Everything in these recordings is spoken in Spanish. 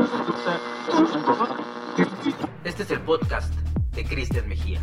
Este es el podcast de Cristian Mejía.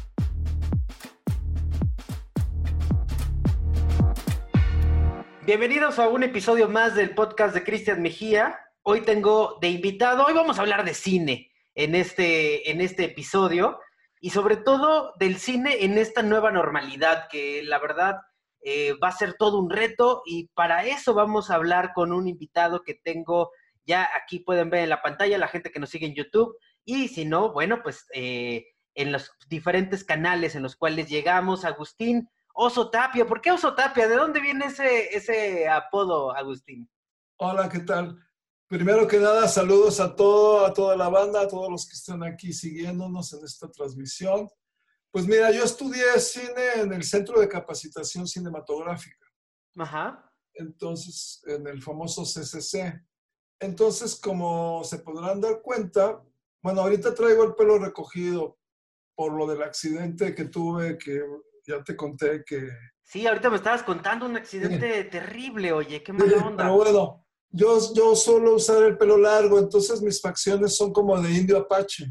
Bienvenidos a un episodio más del podcast de Cristian Mejía. Hoy tengo de invitado, hoy vamos a hablar de cine en este episodio y sobre todo del cine en esta nueva normalidad que la verdad va a ser todo un reto, y para eso vamos a hablar con un invitado que tengo ya aquí, pueden ver en la pantalla la gente que nos sigue en YouTube, y si no, bueno, pues en los diferentes canales en los cuales llegamos. Agustín Oso Tapia. ¿Por qué Oso Tapia? ¿De dónde viene ese apodo, Agustín? Hola, ¿qué tal? Primero que nada, saludos a toda la banda, a todos los que están aquí siguiéndonos en esta transmisión. Pues mira, yo estudié cine en el Centro de Capacitación Cinematográfica. Ajá. Entonces, en el famoso CCC. Entonces, como se podrán dar cuenta, bueno, ahorita traigo el pelo recogido por lo del accidente que tuve, que ya te conté que... Sí, ahorita me estabas contando un accidente terrible, oye, qué Sí, mala pero onda. bueno, yo suelo usar el pelo largo, entonces mis facciones son como de indio apache.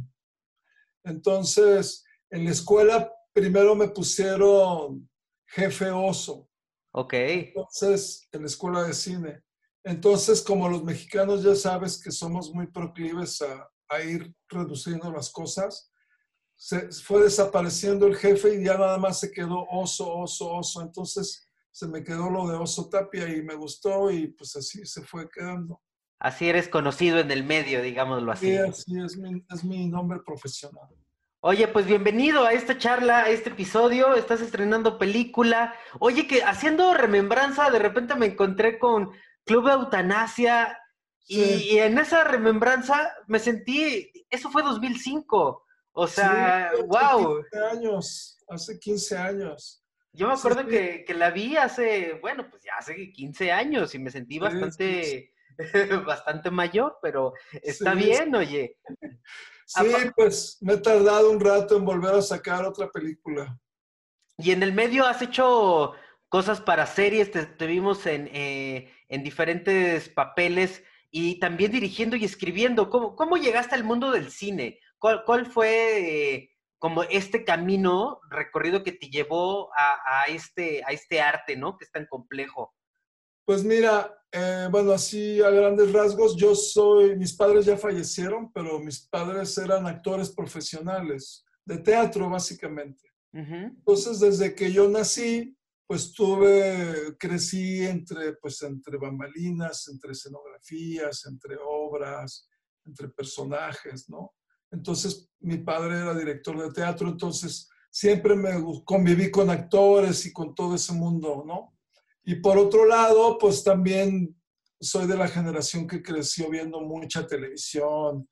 Entonces, en la escuela primero me pusieron jefe oso. Ok. Entonces, en la escuela de cine. Entonces, como los mexicanos ya sabes que somos muy proclives a ir reduciendo las cosas, se fue desapareciendo el jefe y ya nada más se quedó oso. Entonces, se me quedó lo de Oso Tapia y me gustó y pues así se fue quedando. Así eres conocido en el medio, digámoslo Y así. así es mi nombre profesional. Oye, pues bienvenido a esta charla, a este episodio. Estás estrenando película. Oye, que haciendo remembranza, de repente me encontré con Club de Eutanasia, Sí, y en esa remembranza me sentí, eso fue 2005. O sí, sea, hace wow. 15 años, hace 15 años. Yo me Sí, acuerdo sí, que la vi hace, bueno, pues ya hace 15 años y me sentí sí, bastante, bastante mayor, pero está sí, bien, oye. sí, Apa- pues me he tardado un rato en volver a sacar otra película. Y en el medio has hecho cosas para series, te vimos en diferentes papeles y también dirigiendo y escribiendo. ¿Cómo llegaste al mundo del cine? ¿Cuál fue como este camino recorrido que te llevó a este arte, ¿no? Que es tan complejo. Pues mira, bueno, así a grandes rasgos, mis padres ya fallecieron, pero mis padres eran actores profesionales, de teatro básicamente. Ujú. Entonces, desde que yo nací, pues crecí entre bambalinas, entre escenografías, entre obras, entre personajes, ¿no? Entonces, mi padre era director de teatro, entonces siempre conviví con actores y con todo ese mundo, ¿no? Y por otro lado, pues también soy de la generación que creció viendo mucha televisión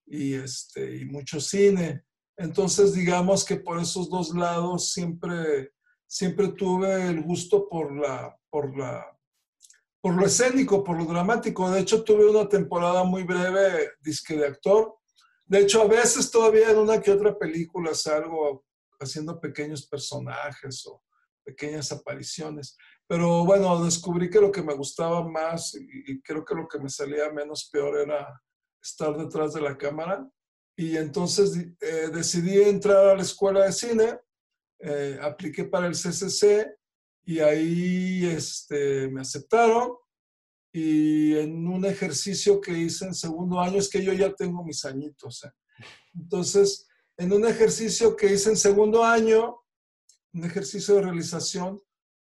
y mucho cine. Entonces, digamos que por esos dos lados siempre tuve el gusto por lo escénico, por lo dramático. De hecho, tuve una temporada muy breve, disque de actor. De hecho, a veces todavía en una que otra película salgo haciendo pequeños personajes o pequeñas apariciones. Pero bueno, descubrí que lo que me gustaba más y creo que lo que me salía menos peor era estar detrás de la cámara. Y entonces decidí entrar a la escuela de cine, apliqué para el CCC y ahí me aceptaron. Y en un ejercicio que hice en segundo año, es que yo ya tengo mis añitos. Entonces, en un ejercicio que hice en segundo año, un ejercicio de realización,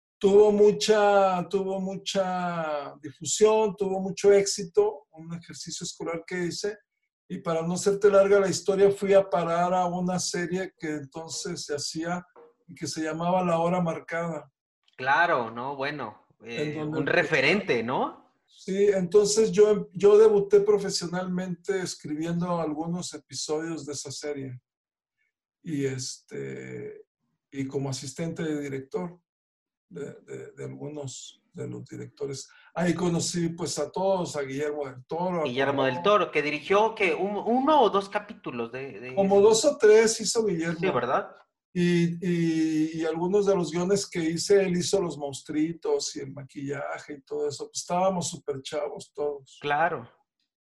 tuvo mucha difusión, tuvo mucho éxito, un ejercicio escolar que hice, y para no hacerte larga la historia, fui a parar a una serie que entonces se hacía y que se llamaba La Hora Marcada, Claro, ¿no? Bueno, en un donde, pues, referente, ¿no? sí, entonces yo debuté profesionalmente escribiendo algunos episodios de esa serie y, y como asistente de director. De algunos de los directores. Ahí conocí pues a todos, a Guillermo del Toro, a Guillermo del Cuarón. Toro, que dirigió que uno o dos capítulos de Como ese. dos o tres hizo Sí, Guillermo. ¿verdad? Y algunos de los guiones que hice, él hizo los monstruitos y el maquillaje y todo eso. Pues estábamos súper chavos todos. Claro.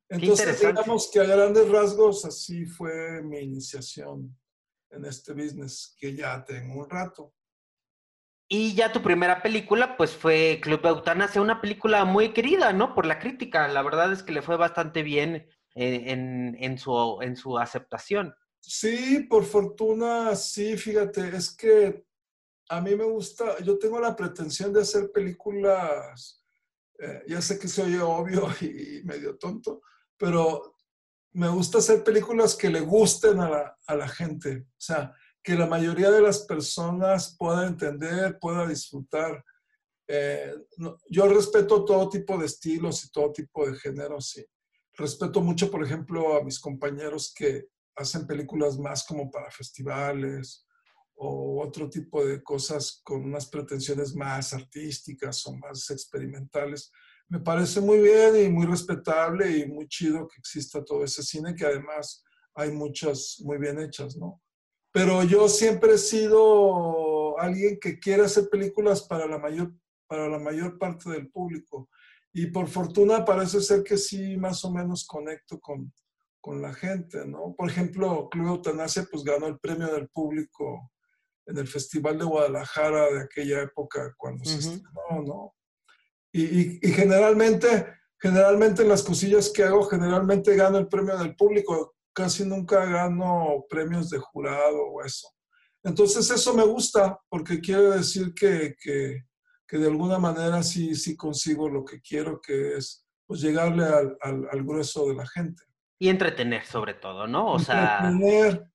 Qué Entonces, interesante. digamos que a grandes rasgos así fue mi iniciación en este business que ya tengo un rato. Y ya tu primera película, pues fue Club de Eutanasia, una película muy querida, ¿no? Por la crítica. La verdad es que le fue bastante bien en su aceptación. Sí, por fortuna, sí, fíjate, es que a mí me gusta, yo tengo la pretensión de hacer películas, ya sé que se oye obvio y medio tonto, pero me gusta hacer películas que le gusten a la gente, o sea, que la mayoría de las personas pueda entender, pueda disfrutar. Yo respeto todo tipo de estilos y todo tipo de géneros, sí. Respeto mucho, por ejemplo, a mis compañeros que hacen películas más como para festivales o otro tipo de cosas con unas pretensiones más artísticas o más experimentales. Me parece muy bien y muy respetable y muy chido que exista todo ese cine, que además hay muchas muy bien hechas, ¿no? Pero yo siempre he sido alguien que quiere hacer películas para la mayor parte del público. Y por fortuna parece ser que sí, más o menos conecto con la gente, ¿no? Por ejemplo, Club Eutanasia pues ganó el premio del público en el Festival de Guadalajara de aquella época cuando se Ujú. estrenó, ¿no? Y generalmente en las cosillas que hago, generalmente gano el premio del público, casi nunca gano premios de jurado o eso. Entonces eso me gusta porque quiere decir que de alguna manera sí, sí consigo lo que quiero, que es pues llegarle al grueso de la gente. Y entretener sobre todo, ¿no? O sea, Entretener,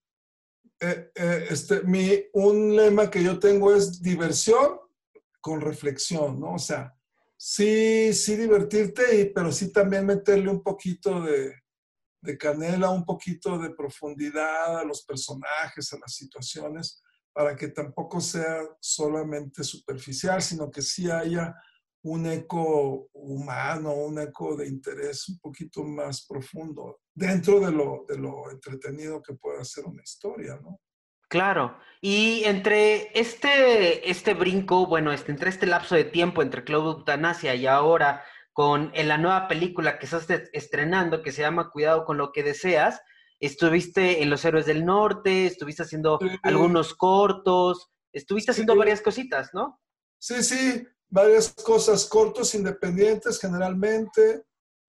un lema que yo tengo es diversión con reflexión, ¿no? O sea, sí, sí divertirte, pero sí también meterle un poquito de canela, un poquito de profundidad a los personajes, a las situaciones, para que tampoco sea solamente superficial, sino que sí haya un eco humano, un eco de interés un poquito más profundo dentro de lo entretenido que pueda ser una historia, ¿no? claro. Y entre este brinco, bueno, entre este lapso de tiempo entre Club Eutanasia y ahora con en la nueva película que estás estrenando, que se llama Cuidado con lo que deseas, estuviste en Los Héroes del Norte, estuviste haciendo algunos cortos, estuviste Sí, haciendo varias cositas, ¿no? sí, sí, varias cosas, cortos independientes generalmente,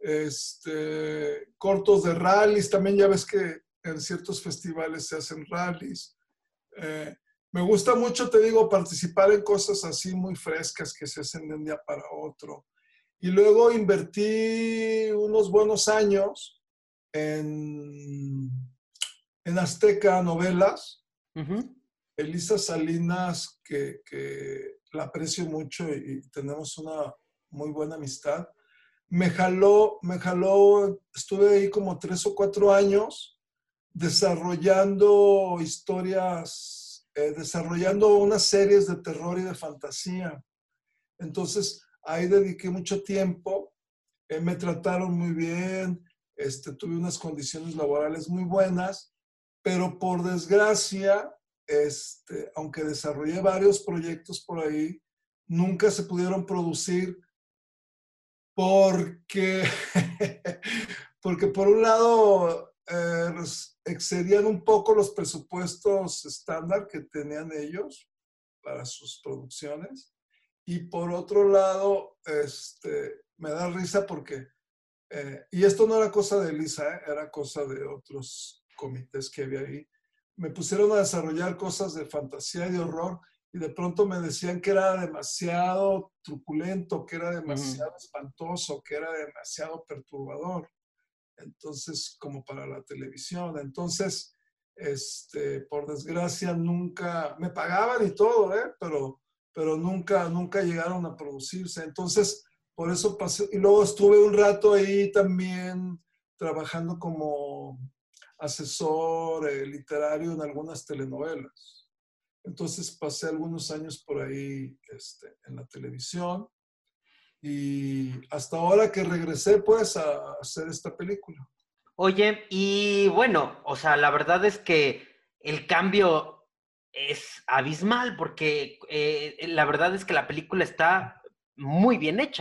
cortos de rallies, también ya ves que en ciertos festivales se hacen rallies. Eh, Me gusta mucho, te digo, participar en cosas así muy frescas que se hacen de un día para otro. Y luego invertí unos buenos años en, en Azteca Novelas. Ujú. Elisa Salinas, que la aprecio mucho y tenemos una muy buena amistad, me jaló, estuve ahí como 3 o 4 años desarrollando historias, desarrollando unas series de terror y de fantasía. Entonces, ahí dediqué mucho tiempo, me trataron muy bien, tuve unas condiciones laborales muy buenas, pero por desgracia, aunque desarrollé varios proyectos por ahí, nunca se pudieron producir porque, porque por un lado excedían un poco los presupuestos estándar que tenían ellos para sus producciones. Y por otro lado, me da risa porque, y esto no era cosa de Elisa, era cosa de otros comités que había ahí, me pusieron a desarrollar cosas de fantasía y de horror y de pronto me decían que era demasiado truculento, que era Ujú. demasiado espantoso, que era demasiado perturbador. Entonces, como para la televisión. Entonces, por desgracia, nunca, me pagaban y todo, pero nunca llegaron a producirse. Entonces, por eso pasé, y luego estuve un rato ahí también trabajando como asesor literario en algunas telenovelas. Entonces pasé algunos años por ahí en la televisión y hasta ahora que regresé pues a hacer esta película. Oye, y bueno, o sea, la verdad es que el cambio es abismal porque la verdad es que la película está muy bien hecha.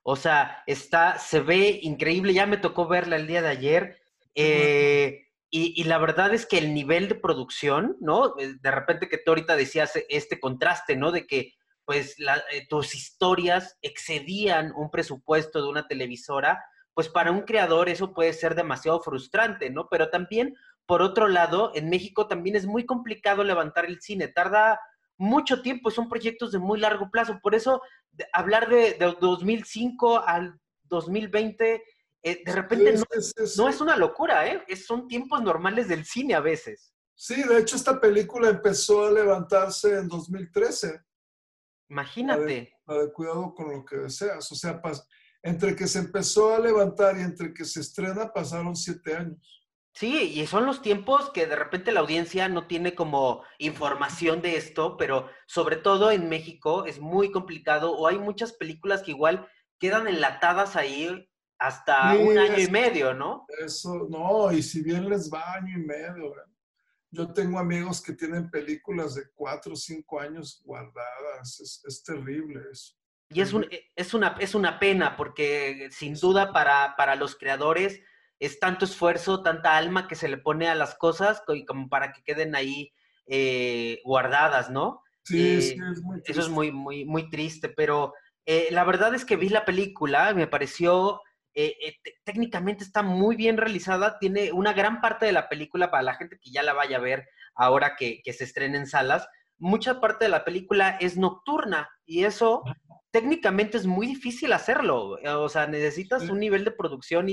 O sea, se ve increíble, ya me tocó verla el día de ayer. Qué bueno. Y la verdad es que el nivel de producción, ¿no? De repente que tú ahorita decías este contraste, ¿no? De que pues tus historias excedían un presupuesto de una televisora, pues para un creador eso puede ser demasiado frustrante, ¿no? Pero también, por otro lado, en México también es muy complicado levantar el cine, tarda mucho tiempo, son proyectos de muy largo plazo, por eso hablar de 2005 al 2020, de repente Sí, no, sí, sí, no sí. es una locura, ¿eh? Son tiempos normales del cine a veces. Sí, de hecho esta película empezó a levantarse en 2013, Imagínate. la de Cuidado con lo que deseas. O sea, entre que se empezó a levantar y entre que se estrena pasaron 7 años. Sí, y son los tiempos que de repente la audiencia no tiene como información de esto, pero sobre todo en México es muy complicado o hay muchas películas que igual quedan enlatadas ahí hasta un Sí, año y medio, ¿no? eso, no, y si bien les va año y medio, ¿eh? Yo tengo amigos que tienen películas de 4 o 5 años guardadas. Es terrible eso. Y Terrible. es una pena porque sin duda para los creadores es tanto esfuerzo, tanta alma que se le pone a las cosas como para que queden ahí guardadas, ¿no? Sí, sí, es muy Eso es triste. muy triste, pero la verdad es que vi la película, me pareció, técnicamente está muy bien realizada, tiene una gran parte de la película para la gente que ya la vaya a ver ahora que se estrena en salas, mucha parte de la película es nocturna y eso técnicamente es muy difícil hacerlo. O sea, necesitas un Sí, nivel de producción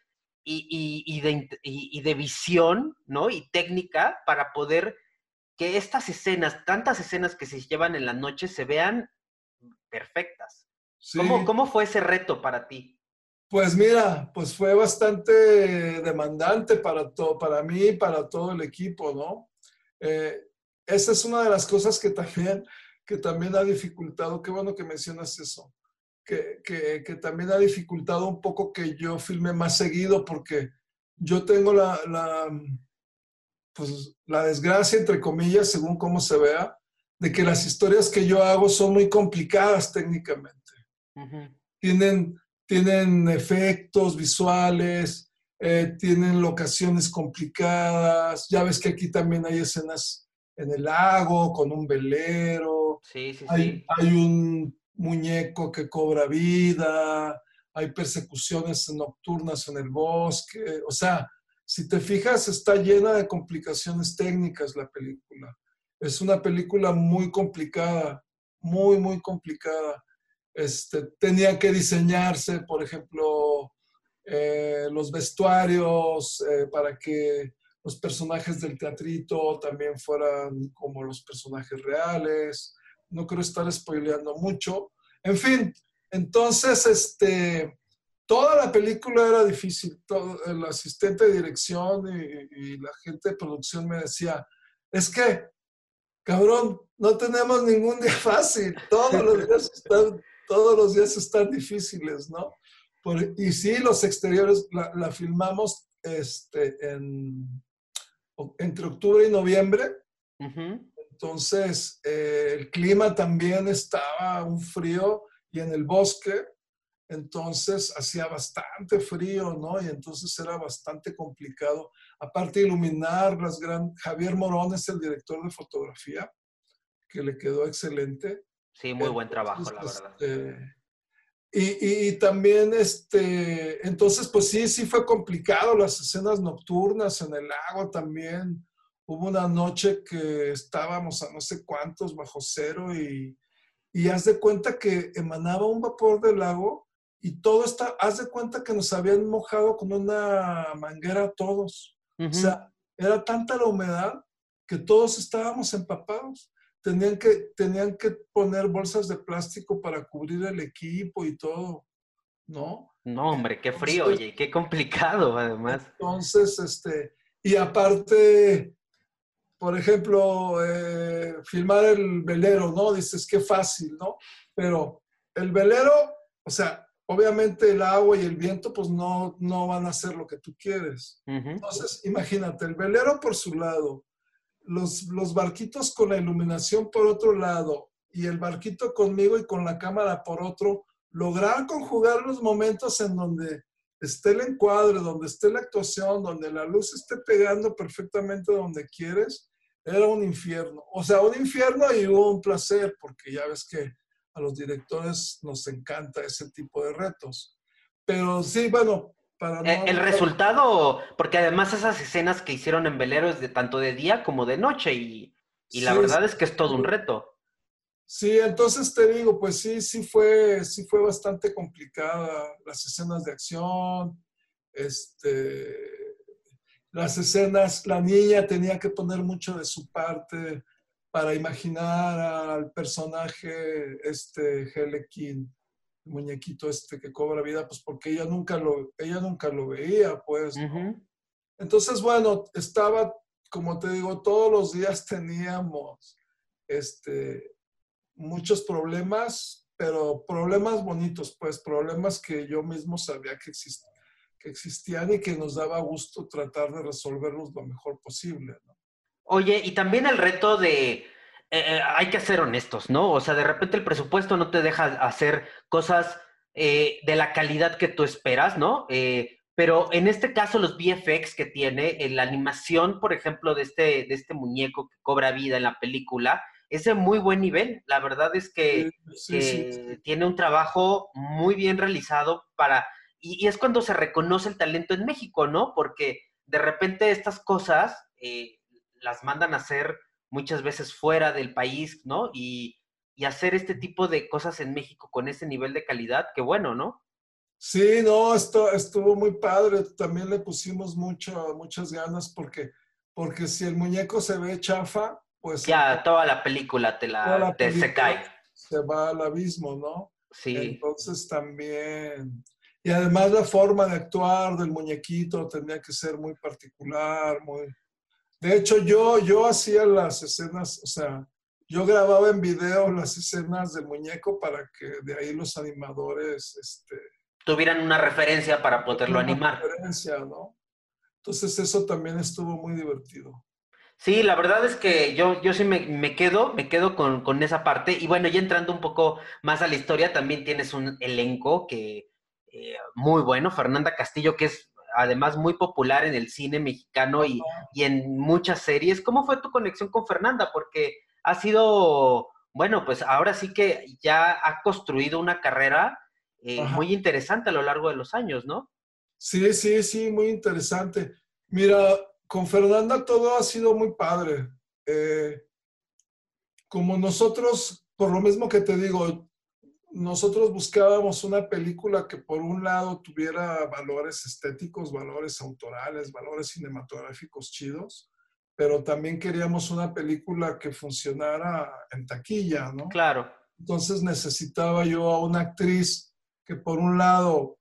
y de visión, ¿no? Y técnica para poder que estas escenas, tantas escenas que se llevan en la noche, se vean perfectas. sí. Cómo fue ese reto para ti? Pues mira, pues fue bastante demandante para mí y para todo el equipo, ¿no? Eh, Esa es una de las cosas que también ha dificultado, qué bueno que mencionas eso, que también ha dificultado un poco que yo filme más seguido porque yo tengo pues, la desgracia, entre comillas, según cómo se vea, de que las historias que yo hago son muy complicadas técnicamente. Ujú. Tienen efectos visuales, tienen locaciones complicadas. Ya ves que aquí también hay escenas en el lago con un velero, Sí, sí, sí. hay un muñeco que cobra vida, hay persecuciones nocturnas en el bosque. O sea, si te fijas, está llena de complicaciones técnicas la película. Es una película muy complicada, muy, muy complicada. Tenía que diseñarse, por ejemplo, los vestuarios para que los personajes del teatrito también fueran como los personajes reales. No quiero estar spoileando mucho. En fin, entonces, toda la película era difícil. Todo, el asistente de dirección y la gente de producción me decía, es que cabrón, no tenemos ningún día fácil. Todos los días están difíciles, ¿no? Y sí, los exteriores la filmamos entre octubre y noviembre. Ujú. Entonces, el clima también estaba un frío y en el bosque, entonces hacía bastante frío, ¿no? Y entonces era bastante complicado. Aparte, iluminar Javier Morón es el director de fotografía que le quedó excelente. Sí, muy buen trabajo, Entonces, la verdad. y también, entonces, pues sí, sí fue complicado las escenas nocturnas en el lago también. Hubo una noche que estábamos a no sé cuántos bajo cero y haz de cuenta que emanaba un vapor del lago y haz de cuenta que nos habían mojado con una manguera todos. O Ujú. sea, era tanta la humedad que todos estábamos empapados. Tenían que poner bolsas de plástico para cubrir el equipo y todo, ¿no? No, hombre, qué frío, Entonces, oye, y qué complicado, además. entonces, y aparte, por ejemplo, filmar el velero, ¿no? Dices, qué fácil, ¿no? Pero el velero, o sea, obviamente el agua y el viento, pues no van a hacer lo que tú quieres. Ujú. Entonces, imagínate, el velero por su lado, los barquitos con la iluminación por otro lado y el barquito conmigo y con la cámara por otro, lograr conjugar los momentos en donde esté el encuadre, donde esté la actuación, donde la luz esté pegando perfectamente donde quieres, era un infierno. O sea, un infierno y un placer, porque ya ves que a los directores nos encanta ese tipo de retos. Pero sí, bueno, para no El abundar. resultado, porque además esas escenas que hicieron en velero es de tanto de día como de noche y la Sí, sí, verdad es que es todo un reto. sí, entonces te digo, pues sí, sí fue bastante complicada las escenas de acción, este, las escenas, la niña tenía que poner mucho de su parte para imaginar al personaje, Helekin, el muñequito que cobra vida, pues porque ella nunca lo veía, pues, ¿no? Ujú. Entonces, bueno, estaba, como te digo, todos los días teníamos, este, muchos problemas, pero problemas bonitos, pues problemas que yo mismo sabía que existían y que nos daba gusto tratar de resolverlos lo mejor posible, ¿no? Oye, y también el reto de, hay que ser honestos, ¿no? O sea, de repente el presupuesto no te deja hacer cosas de la calidad que tú esperas, ¿no? Pero en este caso los VFX que tiene, la animación, por ejemplo, de este muñeco que cobra vida en la película, es de muy buen nivel. La verdad es Sí, sí, sí, que sí. tiene un trabajo muy bien realizado y es cuando se reconoce el talento en México, ¿no? Porque de repente estas cosas las mandan a hacer muchas veces fuera del país, ¿no? Y hacer este tipo de cosas en México con ese nivel de calidad, qué bueno, ¿no? Sí, no, esto estuvo muy padre. También le pusimos muchas ganas porque si el muñeco se ve chafa, pues Ya entonces toda la película toda la te se película cae. se va al abismo, ¿no? Sí. Entonces también, y además la forma de actuar del muñequito tenía que ser muy particular, muy... De hecho, yo hacía las escenas, o sea, yo grababa en video las escenas del muñeco para que de ahí los animadores, Tuvieran una referencia para poderlo tuvieran una animar. referencia, ¿no? Entonces eso también estuvo muy divertido. Sí, la verdad es que yo sí me quedo con esa parte. Y bueno, ya entrando un poco más a la historia, también tienes un elenco que muy bueno, Fernanda Castillo, que es además muy popular en el cine mexicano y en muchas series. ¿Cómo fue tu conexión con Fernanda? Porque ha sido, bueno, pues ahora sí que ya ha construido una carrera Ajá. muy interesante a lo largo de los años, ¿no? Sí, sí, sí, muy interesante. Mira, con Fernanda todo ha sido muy padre. Eh, Como nosotros, por lo mismo que te digo, nosotros buscábamos una película que por un lado tuviera valores estéticos, valores autorales, valores cinematográficos chidos, pero también queríamos una película que funcionara en taquilla, ¿no? Claro. Entonces necesitaba yo a una actriz que por un lado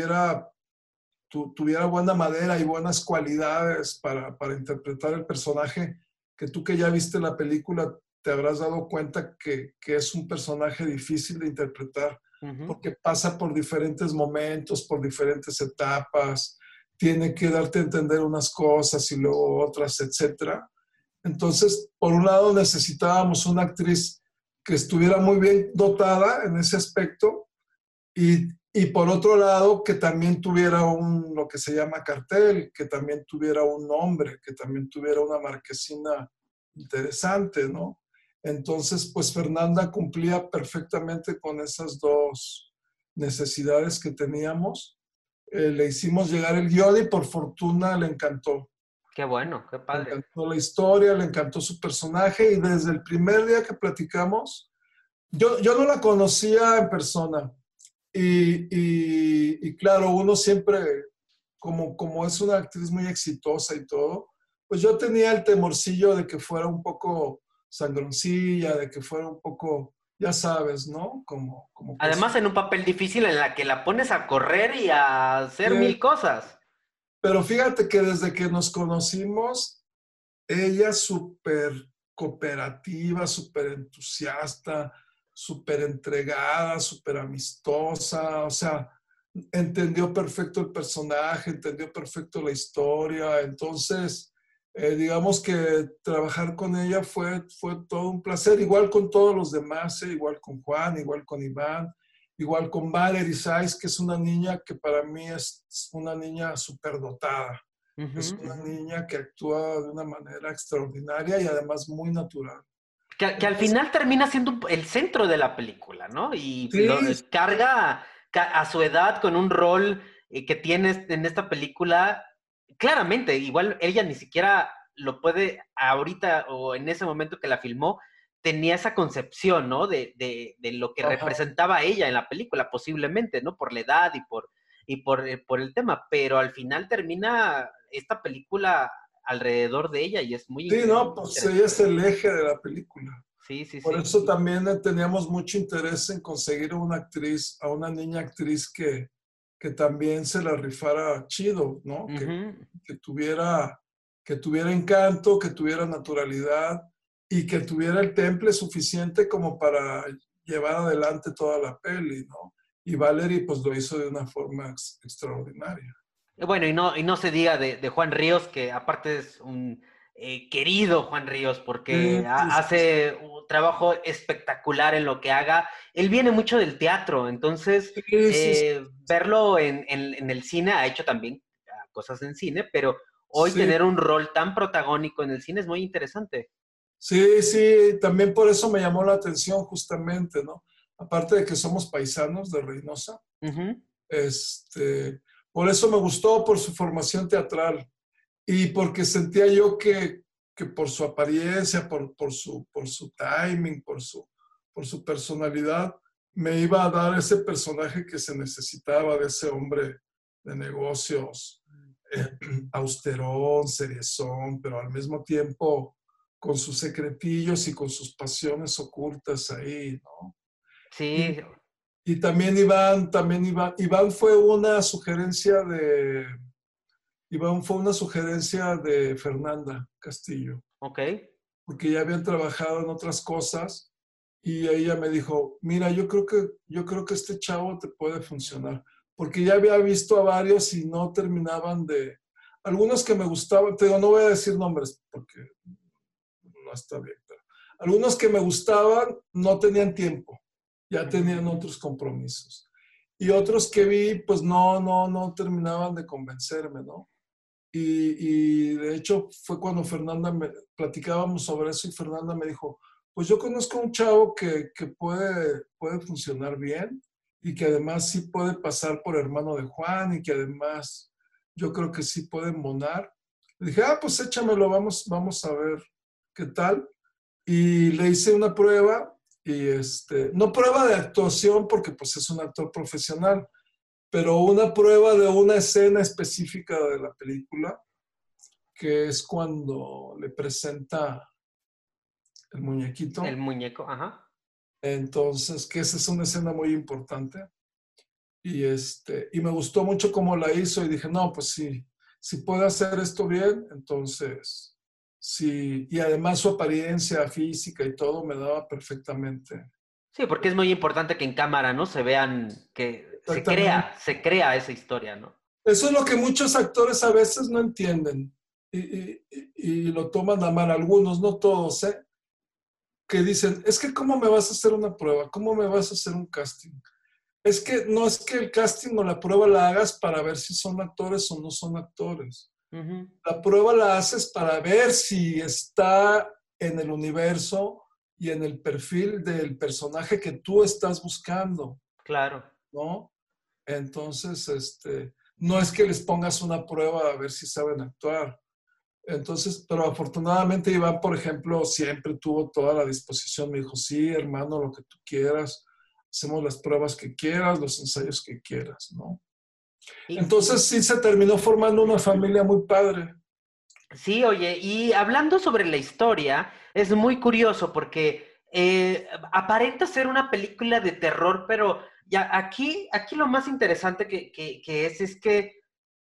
tuviera buena madera y buenas cualidades para interpretar el personaje, que tú que ya viste la película te habrás dado cuenta que es un personaje difícil de interpretar Ujú. porque pasa por diferentes momentos, por diferentes etapas, tiene que darte a entender unas cosas y luego otras, etcétera. Entonces, por un lado necesitábamos una actriz que estuviera muy bien dotada en ese aspecto y por otro lado, que también tuviera lo que se llama cartel, que también tuviera un nombre, que también tuviera una marquesina interesante, ¿no? Entonces, pues Fernanda cumplía perfectamente con esas dos necesidades que teníamos. Le hicimos llegar el guión y por fortuna le encantó. Qué bueno, qué Le padre. encantó la historia, le encantó su personaje y desde el primer día que platicamos, yo no la conocía en persona, y claro, uno siempre, como es una actriz muy exitosa y todo, pues yo tenía el temorcillo de que fuera un poco sangroncilla, de que fuera un poco, ya sabes, ¿no? Como que es... Además, en un papel difícil en la que la pones a correr y a hacer Sí, mil cosas. pero fíjate que desde que nos conocimos, ella súper cooperativa, súper entusiasta, súper entregada, súper amistosa, o sea, entendió perfecto el personaje, entendió perfecto la historia, entonces, digamos que trabajar con ella fue todo un placer, igual con todos los demás, igual con Juan, igual con Iván, igual con Valerie Saiz, que es una niña que para mí es una niña superdotada. Es una niña que actúa de una manera extraordinaria y además muy natural. Que al Entonces, final termina siendo el centro de la película, ¿no? Y lo sí, carga a su edad con un rol que tiene en esta película. Claramente, igual ella ni siquiera lo puede ahorita o en ese momento que la filmó, tenía esa concepción, ¿no? De lo que ajá. representaba ella en la película, posiblemente, ¿no? Por la edad por el tema, pero al final termina esta película alrededor de ella y es Sí, no, muy pues ella es interesante. el eje de la película. Sí, sí, Por sí. eso también teníamos mucho interés en conseguir una actriz, a una niña actriz que también se la rifara chido, ¿no? Ujú. Que tuviera, que tuviera encanto, que tuviera naturalidad y que tuviera el temple suficiente como para llevar adelante toda la peli, ¿no? Y Valerie pues lo hizo de una forma extraordinaria. Bueno, y no se diga de Juan Ríos, que aparte es un querido Juan Ríos, porque Sí, sí, hace un trabajo espectacular en lo que haga. Él viene mucho del teatro, entonces sí, sí, sí, verlo en el cine, ha hecho también cosas en cine, pero hoy sí, tener un rol tan protagónico en el cine es muy interesante. sí, sí, también por eso me llamó la atención justamente, ¿no? Aparte de que somos paisanos de Reynosa, Ujú. este, por eso me gustó, por su formación teatral y porque sentía yo que por su apariencia, por su timing, por su personalidad, me iba a dar ese personaje que se necesitaba de ese hombre de negocios, austerón, seriezón, pero al mismo tiempo con sus secretillos y con sus pasiones ocultas ahí, ¿no? Y, Sí, y Iván fue una sugerencia de Fernanda Castillo, ok. porque ya habían trabajado en otras cosas y ella me dijo, mira, yo creo que este chavo te puede funcionar, porque ya había visto a varios y no terminaban algunos que me gustaban, te digo, no voy a decir nombres porque no está bien, pero algunos que me gustaban no tenían tiempo, ya Ujú. tenían otros compromisos. Y otros que vi, pues no terminaban de convencerme, ¿no? Y de hecho fue cuando platicábamos sobre eso y Fernanda me dijo, pues yo conozco a un chavo que puede funcionar bien y que además sí puede pasar por hermano de Juan y que además yo creo que sí puede embonar. Le dije, pues échamelo, vamos a ver qué tal. Y le hice una prueba y no prueba de actuación porque pues es un actor profesional, pero una prueba de una escena específica de la película que es cuando le presenta el El muñequito. muñeco, ajá. Entonces, que esa es una escena muy importante. Y me gustó mucho cómo la hizo y dije, no, pues sí, si puede hacer esto bien, entonces sí. Y además su apariencia física y todo me daba perfectamente. Sí, porque es muy importante que en cámara, ¿no? Se vean que Exactamente. se crea esa historia, ¿no? Eso es lo que muchos actores a veces no entienden y lo toman a mal, algunos, no todos, ¿eh? Que dicen, es que ¿cómo me vas a hacer una prueba? ¿Cómo me vas a hacer un casting? Es que no es que el casting o la prueba la hagas para ver si son actores o no son actores. Ujú. La prueba la haces para ver si está en el universo y en el perfil del personaje que tú estás buscando, Claro. ¿no? Entonces, no es que les pongas una prueba a ver si saben actuar. Entonces, pero afortunadamente Iván, por ejemplo, siempre tuvo toda la disposición. Me dijo, sí, hermano, lo que tú quieras. Hacemos las pruebas que quieras, los ensayos que quieras, ¿no? Y Entonces sí se terminó formando una familia muy padre. sí, oye, y hablando sobre la historia, es muy curioso porque aparenta ser una película de terror, pero ya aquí lo más interesante que es que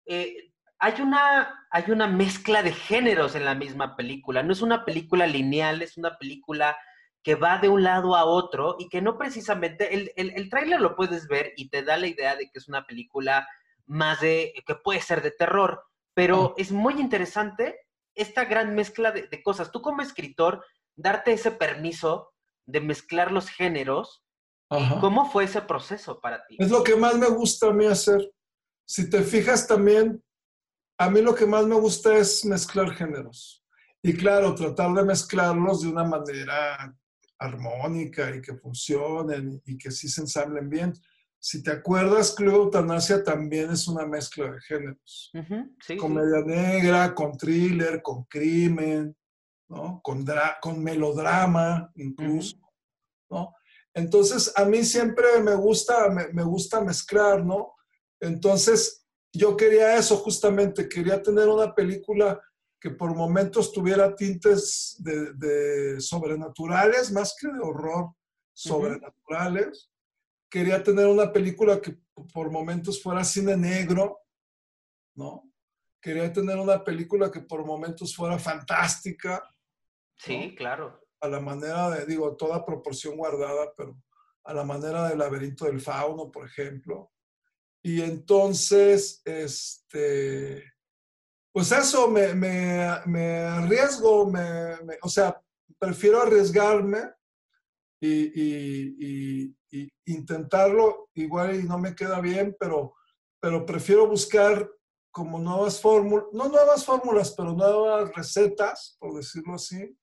hay una mezcla de géneros en la misma película. No es una película lineal, es una película que va de un lado a otro y que no precisamente, el tráiler lo puedes ver y te da la idea de que es una película más que puede ser de terror, Ah, pero es muy interesante esta gran mezcla de cosas. Tú como escritor, darte ese permiso de mezclar los géneros Ajá. ¿Cómo fue ese proceso para ti? Es lo que más me gusta a mí hacer. Si te fijas también, a mí lo que más me gusta es mezclar géneros. Y claro, tratar de mezclarlos de una manera armónica y que funcionen y que sí se ensamblen bien. Si te acuerdas, Club Eutanasia también es una mezcla de géneros. Ujú, sí, sí. Comedia negra, con thriller, con crimen, ¿no? Con melodrama Ujú, incluso, ¿no? Entonces, a mí siempre me gusta mezclar, ¿no? Entonces, yo quería eso justamente, quería tener una película que por momentos tuviera tintes de sobrenaturales, más que de horror, ujú. sobrenaturales. Quería tener una película que por momentos fuera cine negro, ¿no? Quería tener una película que por momentos fuera fantástica, Sí, ¿no? claro. A la manera de, digo, toda proporción guardada, pero a la manera del laberinto del fauno, por ejemplo. Y entonces, pues eso, me arriesgo, o sea, prefiero arriesgarme y intentarlo, igual y no me queda bien, pero prefiero buscar como nuevas fórmulas, no nuevas fórmulas, pero nuevas recetas, por decirlo así,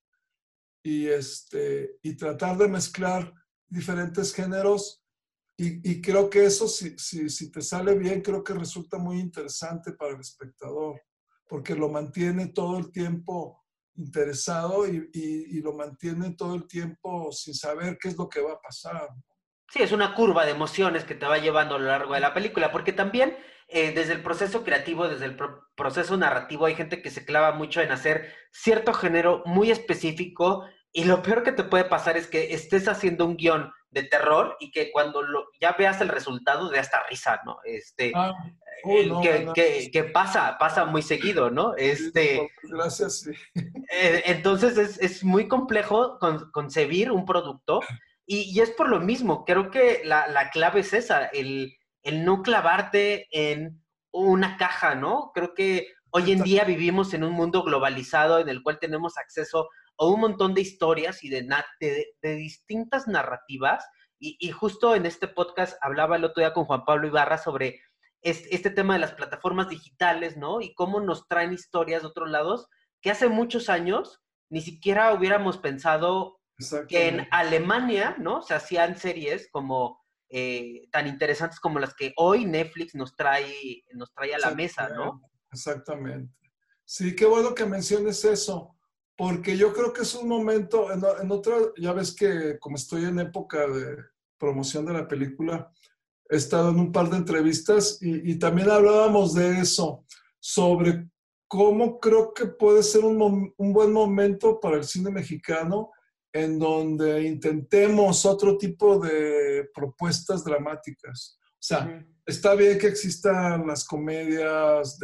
y tratar de mezclar diferentes géneros. Y creo que eso, si te sale bien, creo que resulta muy interesante para el espectador, porque lo mantiene todo el tiempo interesado y lo mantiene todo el tiempo sin saber qué es lo que va a pasar. Sí, es una curva de emociones que te va llevando a lo largo de la película, porque también desde el proceso creativo, desde el proceso narrativo, hay gente que se clava mucho en hacer cierto género muy específico y lo peor que te puede pasar es que estés haciendo un guión de terror y que cuando ya veas el resultado de hasta risa, ¿no? Ah, uy, no, bueno, Que pasa muy seguido, ¿no? sí, por desgracia, sí. Entonces es muy complejo concebir un producto y es por lo mismo, creo que la clave es esa, el no clavarte en una caja, ¿no? Creo que hoy en día vivimos en un mundo globalizado en el cual tenemos acceso a un montón de historias y de distintas narrativas y justo en este podcast hablaba el otro día con Juan Pablo Ibarra sobre este tema de las plataformas digitales, ¿no? Y cómo nos traen historias de otros lados que hace muchos años ni siquiera hubiéramos pensado que en Exactamente. Alemania, ¿no? Se hacían series como tan interesantes como las que hoy Netflix nos trae a la mesa, ¿no? Exactamente, exactamente. Sí, qué bueno que menciones eso, porque yo creo que es un momento, en otra, ya ves que como estoy en época de promoción de la película, he estado en un par de entrevistas y también hablábamos de eso, sobre cómo creo que puede ser un buen momento para el cine mexicano en donde intentemos otro tipo de propuestas dramáticas. O Uh sea, -huh. está bien que existan las comedias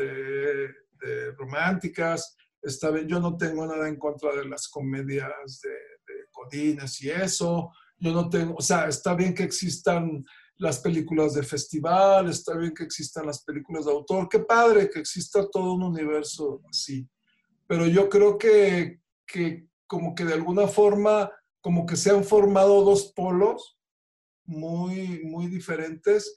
de románticas, está bien, yo no tengo nada en contra de las comedias de Godínez y eso, yo no tengo, o sea, está bien que existan las películas de festival, está bien que existan las películas de autor, qué padre que exista todo un universo así, pero yo creo que como que de alguna forma, como que se han formado dos polos muy diferentes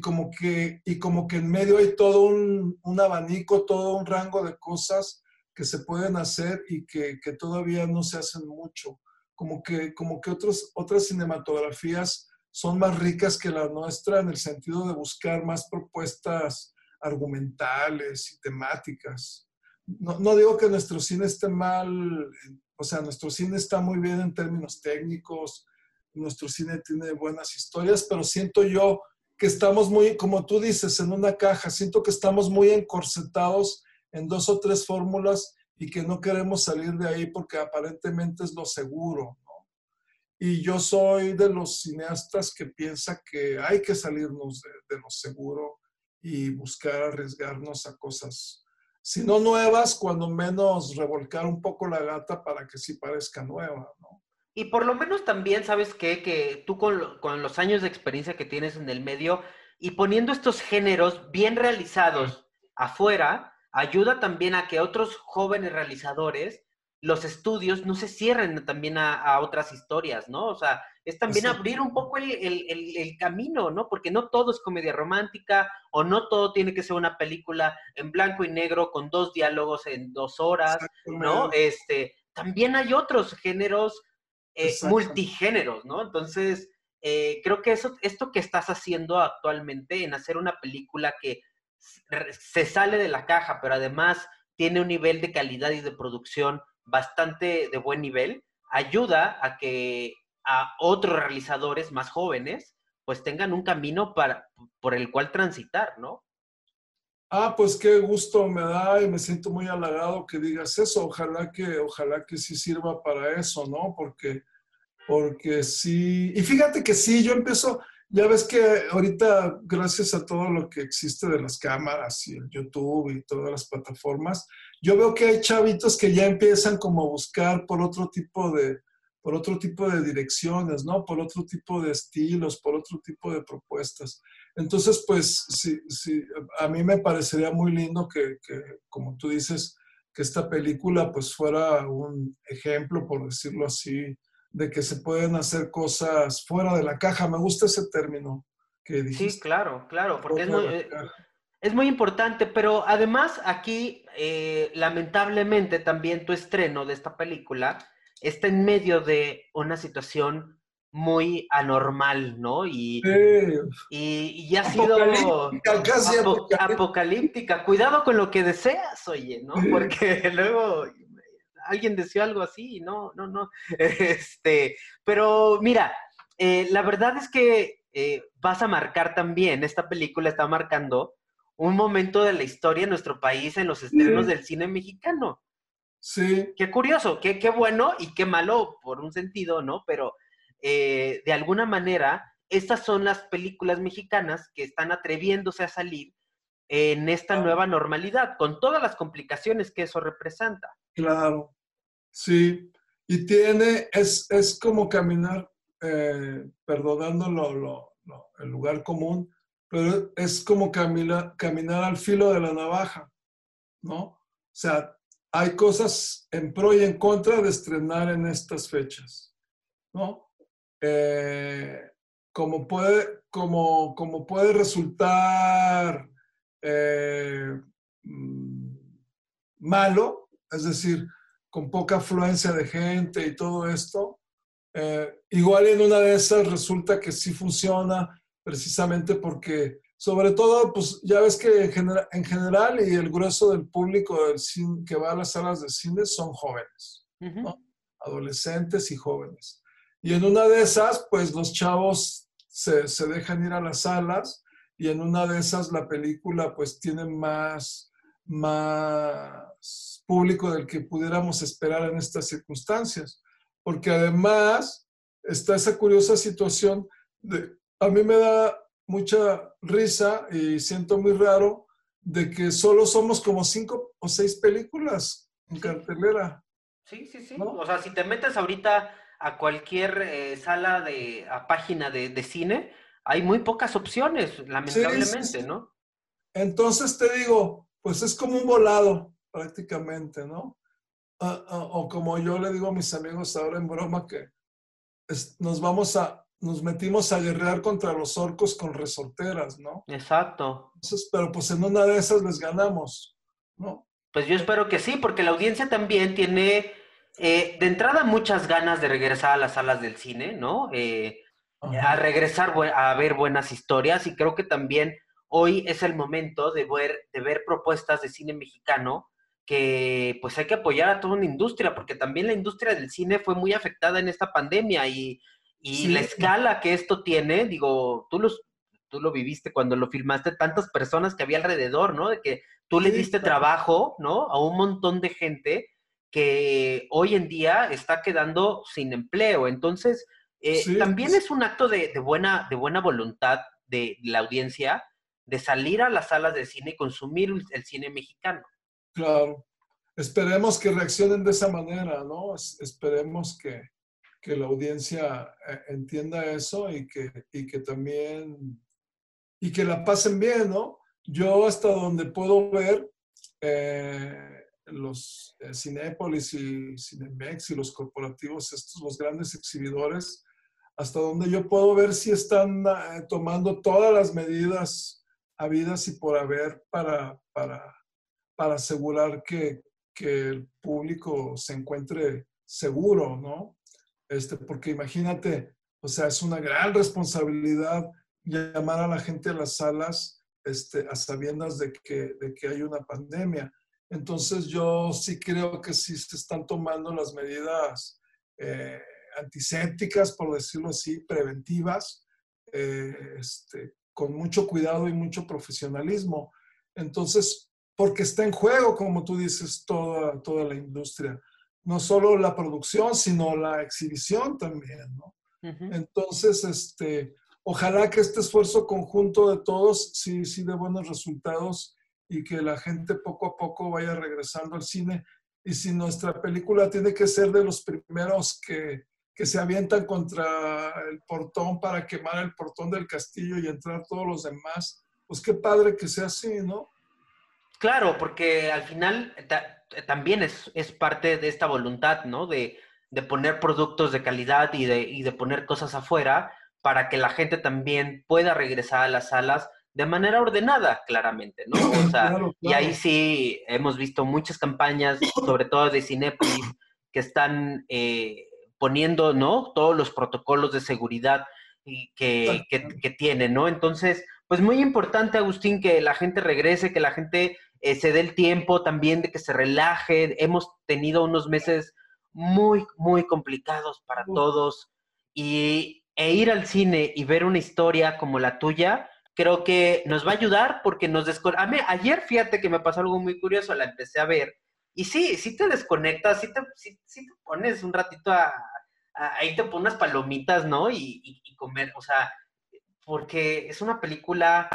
y como que en medio hay todo un abanico, todo un rango de cosas que se pueden hacer y que todavía no se hacen mucho. Como que otras cinematografías son más ricas que la nuestra en el sentido de buscar más propuestas argumentales y temáticas. No digo que nuestro cine esté mal, o sea, nuestro cine está muy bien en términos técnicos, nuestro cine tiene buenas historias, pero siento yo que estamos muy, como tú dices, en una caja, siento que estamos muy encorsetados en dos o tres fórmulas y que no queremos salir de ahí porque aparentemente es lo seguro, ¿no? Y yo soy de los cineastas que piensa que hay que salirnos de lo seguro y buscar arriesgarnos a cosas, si no nuevas, cuando menos revolcar un poco la gata para que sí parezca nueva, ¿no? Y por lo menos también, ¿sabes qué? Que tú con los años de experiencia que tienes en el medio y poniendo estos géneros bien realizados afuera, ayuda también a que otros jóvenes realizadores los estudios no se cierren también a otras historias, ¿no? O sea, es también Exacto. abrir un poco el camino, ¿no? Porque no todo es comedia romántica o no todo tiene que ser una película en blanco y negro con 2 diálogos en 2 horas, ¿no? Exactamente. También hay otros géneros Exactamente. multigéneros, ¿no? Entonces, creo que esto que estás haciendo actualmente en hacer una película que se sale de la caja, pero además tiene un nivel de calidad y de producción bastante de buen nivel, ayuda a que a otros realizadores más jóvenes pues tengan un camino por el cual transitar, ¿no? Pues qué gusto me da y me siento muy halagado que digas eso. Ojalá que sí sirva para eso, ¿no? Porque sí, y fíjate que sí, yo empiezo, ya ves que ahorita, gracias a todo lo que existe de las cámaras y el YouTube y todas las plataformas, yo veo que hay chavitos que ya empiezan como a buscar por otro tipo de direcciones, ¿no? Por otro tipo de estilos, por otro tipo de propuestas. Entonces, pues, sí, sí, a mí me parecería muy lindo como tú dices, que esta película pues fuera un ejemplo, por decirlo así, de que se pueden hacer cosas fuera de la caja. Me gusta ese término que Sí, dijiste, claro, claro, porque fuera de la caja. es muy importante, pero además aquí, lamentablemente, también tu estreno de esta película está en medio de una situación muy anormal, ¿no? Sí, Y ha sido apocalíptica, casi apocalíptica. apocalíptica. Cuidado con lo que deseas, oye, ¿no? Sí, Porque luego alguien deseó algo así, no, no, no. Pero mira, la verdad es que vas a marcar también, esta película está marcando un momento de la historia en nuestro país en los estrenos sí, del cine mexicano. sí. Qué curioso, qué bueno y qué malo por un sentido, ¿no? Pero de alguna manera, estas son las películas mexicanas que están atreviéndose a salir en esta Claro, nueva normalidad, con todas las complicaciones que eso representa. claro, sí. Y es como caminar, perdonando el lugar común, pero es como caminar al filo de la navaja, ¿no? O sea, hay cosas en pro y en contra de estrenar en estas fechas, ¿no? Eh, como puede resultar eh, mm, malo, es decir, con poca afluencia de gente y todo esto, igual en una de esas resulta que sí funciona precisamente porque, sobre todo, pues ya ves que en general y el grueso del público del cine, que va a las salas de cine son jóvenes, Uh -huh. ¿no? Adolescentes y jóvenes. Y en una de esas, pues los chavos se dejan ir a las salas y en una de esas la película pues tiene más público del que pudiéramos esperar en estas circunstancias porque además está esa curiosa situación a mí me da mucha risa y siento muy raro de que solo somos como 5 o 6 películas en Sí, cartelera, sí, sí, sí. O ¿no? sea, si te metes ahorita a cualquier sala a página de cine, hay muy pocas opciones, Sí, sí, lamentablemente, sí. ¿no? Entonces te digo, pues es como un volado prácticamente, ¿no? O como yo le digo a mis amigos ahora en broma que nos metimos a guerrear contra los orcos con resorteras, ¿no? Exacto. Entonces, pero pues en una de esas les ganamos, ¿no? Pues yo espero que sí, porque la audiencia también tiene de entrada muchas ganas de regresar a las salas del cine, ¿no? A Ajá. regresar a ver buenas historias y creo que también hoy es el momento de ver propuestas de cine mexicano que pues hay que apoyar a toda una industria, porque también la industria del cine fue muy afectada en esta pandemia y la Sí, escala que esto tiene, digo, tú lo viviste cuando lo filmaste, tantas personas que había alrededor, ¿no? De que tú le sí, diste trabajo, ¿no? A un montón de gente que hoy en día está quedando sin empleo. Entonces, sí, sí, también sí, es un acto de buena voluntad de la audiencia de salir a las salas de cine y consumir el cine mexicano. claro. Esperemos que reaccionen de esa manera, ¿no? Esperemos que la audiencia entienda eso y que también, y que la pasen bien, ¿no? Yo hasta donde puedo ver, eh, Cinépolis y Cinemex y los corporativos, estos, los grandes exhibidores, hasta donde yo puedo ver si están tomando todas las medidas habidas y por haber para asegurar que el público se encuentre seguro, ¿no? Porque imagínate, o sea, es una gran responsabilidad llamar a la gente a las salas a sabiendas de que hay una pandemia. Entonces yo sí creo que sí se están tomando las medidas antisépticas, por decirlo así, preventivas, con mucho cuidado y mucho profesionalismo. Entonces, porque está en juego, como tú dices, toda la industria. No solo la producción, sino la exhibición también, ¿no? Uh-huh. Entonces, ojalá que este esfuerzo conjunto de todos sí dé buenos resultados y que la gente poco a poco vaya regresando al cine. Y si nuestra película tiene que ser de los primeros que se avientan contra el portón para quemar el portón del castillo y entrar todos los demás, pues qué padre que sea así, ¿no? Claro, porque al final también es parte de esta voluntad, ¿no? De poner productos de calidad y de poner cosas afuera para que la gente también pueda regresar a las salas de manera ordenada, claramente, ¿no? O sea, Claro, y ahí claro. sí hemos visto muchas campañas, sobre todo de Cinépolis, que están poniendo, ¿no? Todos los protocolos de seguridad que tienen, ¿no? Entonces, pues muy importante, Agustín, que la gente regrese, que la gente se dé el tiempo también de que se relaje. Hemos tenido unos meses muy, muy complicados para todos e ir al cine y ver una historia como la tuya, creo que nos va a ayudar porque a mí, ayer, fíjate que me pasó algo muy curioso, la empecé a ver y sí te desconectas, sí te pones un ratito ahí te pones unas palomitas, ¿no? Y comer, o sea, porque es una película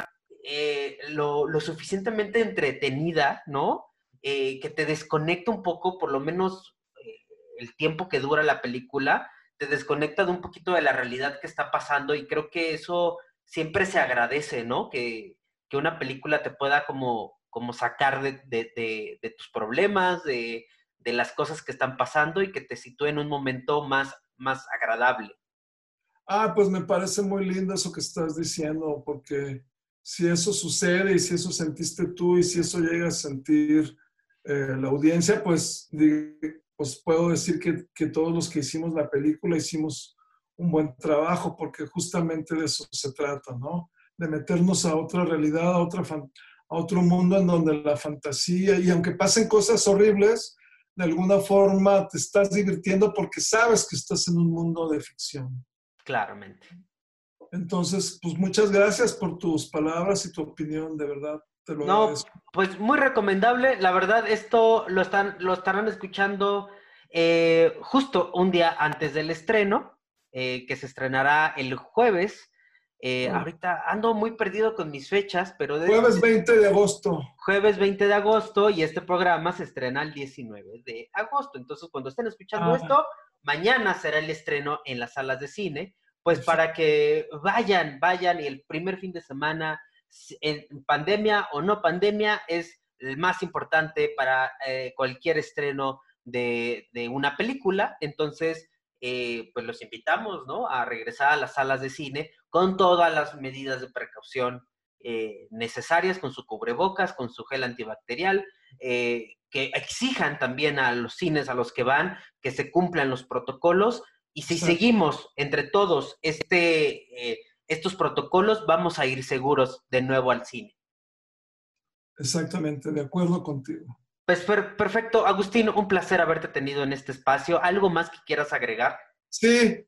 lo suficientemente entretenida, ¿no? Que te desconecta un poco, por lo menos el tiempo que dura la película, te desconecta de un poquito de la realidad que está pasando y creo que eso siempre se agradece, ¿no? Que una película te pueda como sacar de tus problemas, de las cosas que están pasando y que te sitúe en un momento más agradable. Pues me parece muy lindo eso que estás diciendo, porque si eso sucede y si eso sentiste tú y si eso llega a sentir la audiencia, pues puedo decir que todos los que hicimos la película hicimos un buen trabajo, porque justamente de eso se trata, ¿no? De meternos a otra realidad, a otro mundo en donde la fantasía, y aunque pasen cosas horribles, de alguna forma te estás divirtiendo porque sabes que estás en un mundo de ficción. Claramente. Entonces, pues muchas gracias por tus palabras y tu opinión, de verdad, te lo No, agradezco. pues muy recomendable. La verdad, esto lo estarán escuchando justo un día antes del estreno, que se estrenará el jueves. Ahorita ando muy perdido con mis fechas, pero Jueves 20 de agosto. jueves 20 de agosto y este programa se estrena el 19 de agosto. Entonces, cuando estén escuchando Ah, esto, mañana será el estreno en las salas de cine, pues perfecto. para que vayan y el primer fin de semana, en pandemia o no pandemia, es el más importante para cualquier estreno de una película. Entonces, pues los invitamos, ¿no? A regresar a las salas de cine con todas las medidas de precaución necesarias, con su cubrebocas, con su gel antibacterial, que exijan también a los cines a los que van que se cumplan los protocolos y si Exacto, seguimos entre todos estos protocolos, vamos a ir seguros de nuevo al cine. exactamente, de acuerdo contigo. Pues perfecto, Agustín, un placer haberte tenido en este espacio. ¿Algo más que quieras agregar? Sí,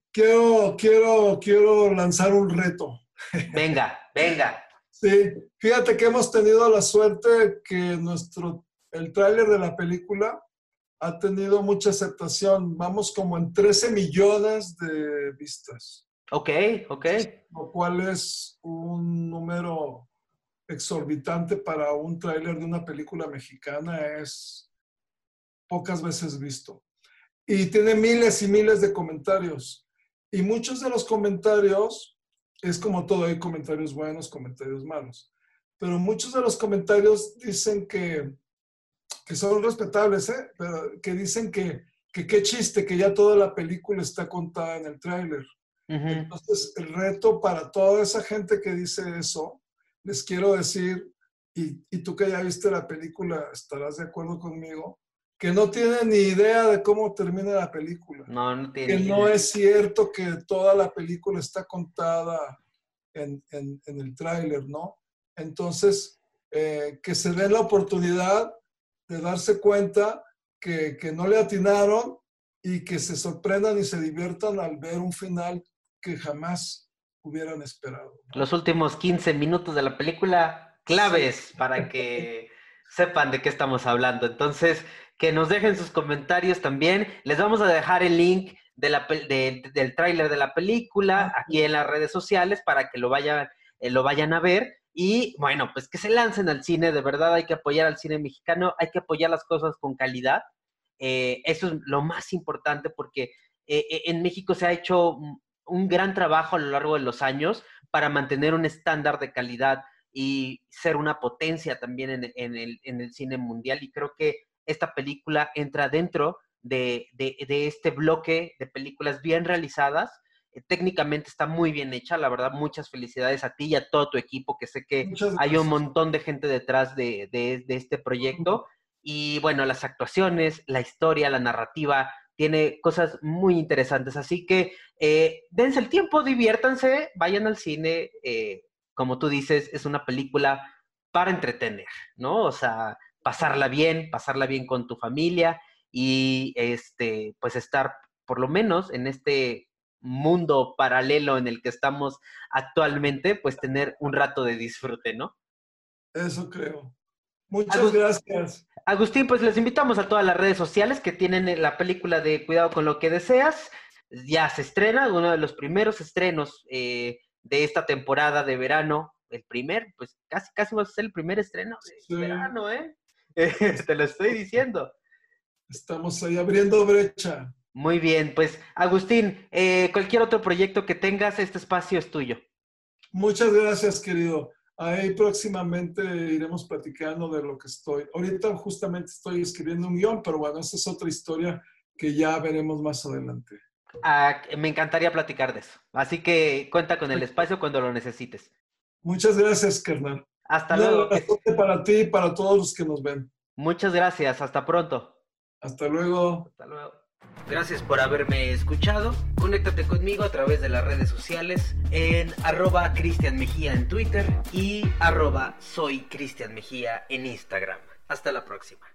quiero lanzar un reto. Venga, venga. Sí, fíjate que hemos tenido la suerte que el tráiler de la película ha tenido mucha aceptación. Vamos como en 13 millones de vistas, Ok, ok. lo cual es un número exorbitante para un tráiler de una película mexicana, es pocas veces visto. Y tiene miles y miles de comentarios. Y muchos de los comentarios, es como todo, hay comentarios buenos, comentarios malos. Pero muchos de los comentarios dicen que son respetables, pero que dicen que qué chiste, que ya toda la película está contada en el tráiler. Ujú. Entonces, el reto para toda esa gente que dice eso, les quiero decir, y tú que ya viste la película, estarás de acuerdo conmigo, que no tienen ni idea de cómo termina la película. No, no Que tiene no idea. es cierto que toda la película está contada en el tráiler, ¿no? Entonces, que se den la oportunidad de darse cuenta que no le atinaron y que se sorprendan y se diviertan al ver un final que jamás hubieran esperado, ¿no? Los últimos 15 minutos de la película, Sí. claves para que sepan de qué estamos hablando. Entonces, que nos dejen sus comentarios también. Les vamos a dejar el link del tráiler de la película aquí en las redes sociales para que lo vayan a ver. Y bueno, pues que se lancen al cine. De verdad hay que apoyar al cine mexicano, hay que apoyar las cosas con calidad. Eso es lo más importante porque en México se ha hecho un gran trabajo a lo largo de los años para mantener un estándar de calidad y ser una potencia también en el cine mundial. Y creo que esta película entra dentro de este bloque de películas bien realizadas. Técnicamente está muy bien hecha, la verdad, muchas felicidades a ti y a todo tu equipo, que sé que Muchas hay un gracias. montón de gente detrás de este proyecto. Y bueno, las actuaciones, la historia, la narrativa, tiene cosas muy interesantes. Así que dense el tiempo, diviértanse, vayan al cine. Como tú dices, es una película para entretener, ¿no? O sea, pasarla bien con tu familia y pues estar por lo menos en este mundo paralelo en el que estamos actualmente, pues tener un rato de disfrute, ¿no? Eso creo. Muchas Agus- gracias. Agustín, pues les invitamos a todas las redes sociales que tienen la película de Cuidado con lo que deseas. Ya se estrena, uno de los primeros estrenos de esta temporada de verano. El primer, pues casi va a ser el primer estreno de Sí, verano, ¿eh? Te lo estoy diciendo. estamos ahí abriendo brecha. Muy bien, pues Agustín, cualquier otro proyecto que tengas, este espacio es tuyo. Muchas gracias, querido. Ahí próximamente iremos platicando de lo que estoy. Ahorita justamente estoy escribiendo un guión, pero bueno, esa es otra historia que ya veremos más adelante. Me encantaría platicar de eso. Así que cuenta con el espacio cuando lo necesites. Muchas gracias, carnal. Hasta Un luego. abrazo para ti y para todos los que nos ven. Muchas gracias. Hasta pronto. Hasta luego. Hasta luego. Gracias por haberme escuchado. Conéctate conmigo a través de las redes sociales en @CristianMejía en Twitter y @soyCristianMejía en Instagram. Hasta la próxima.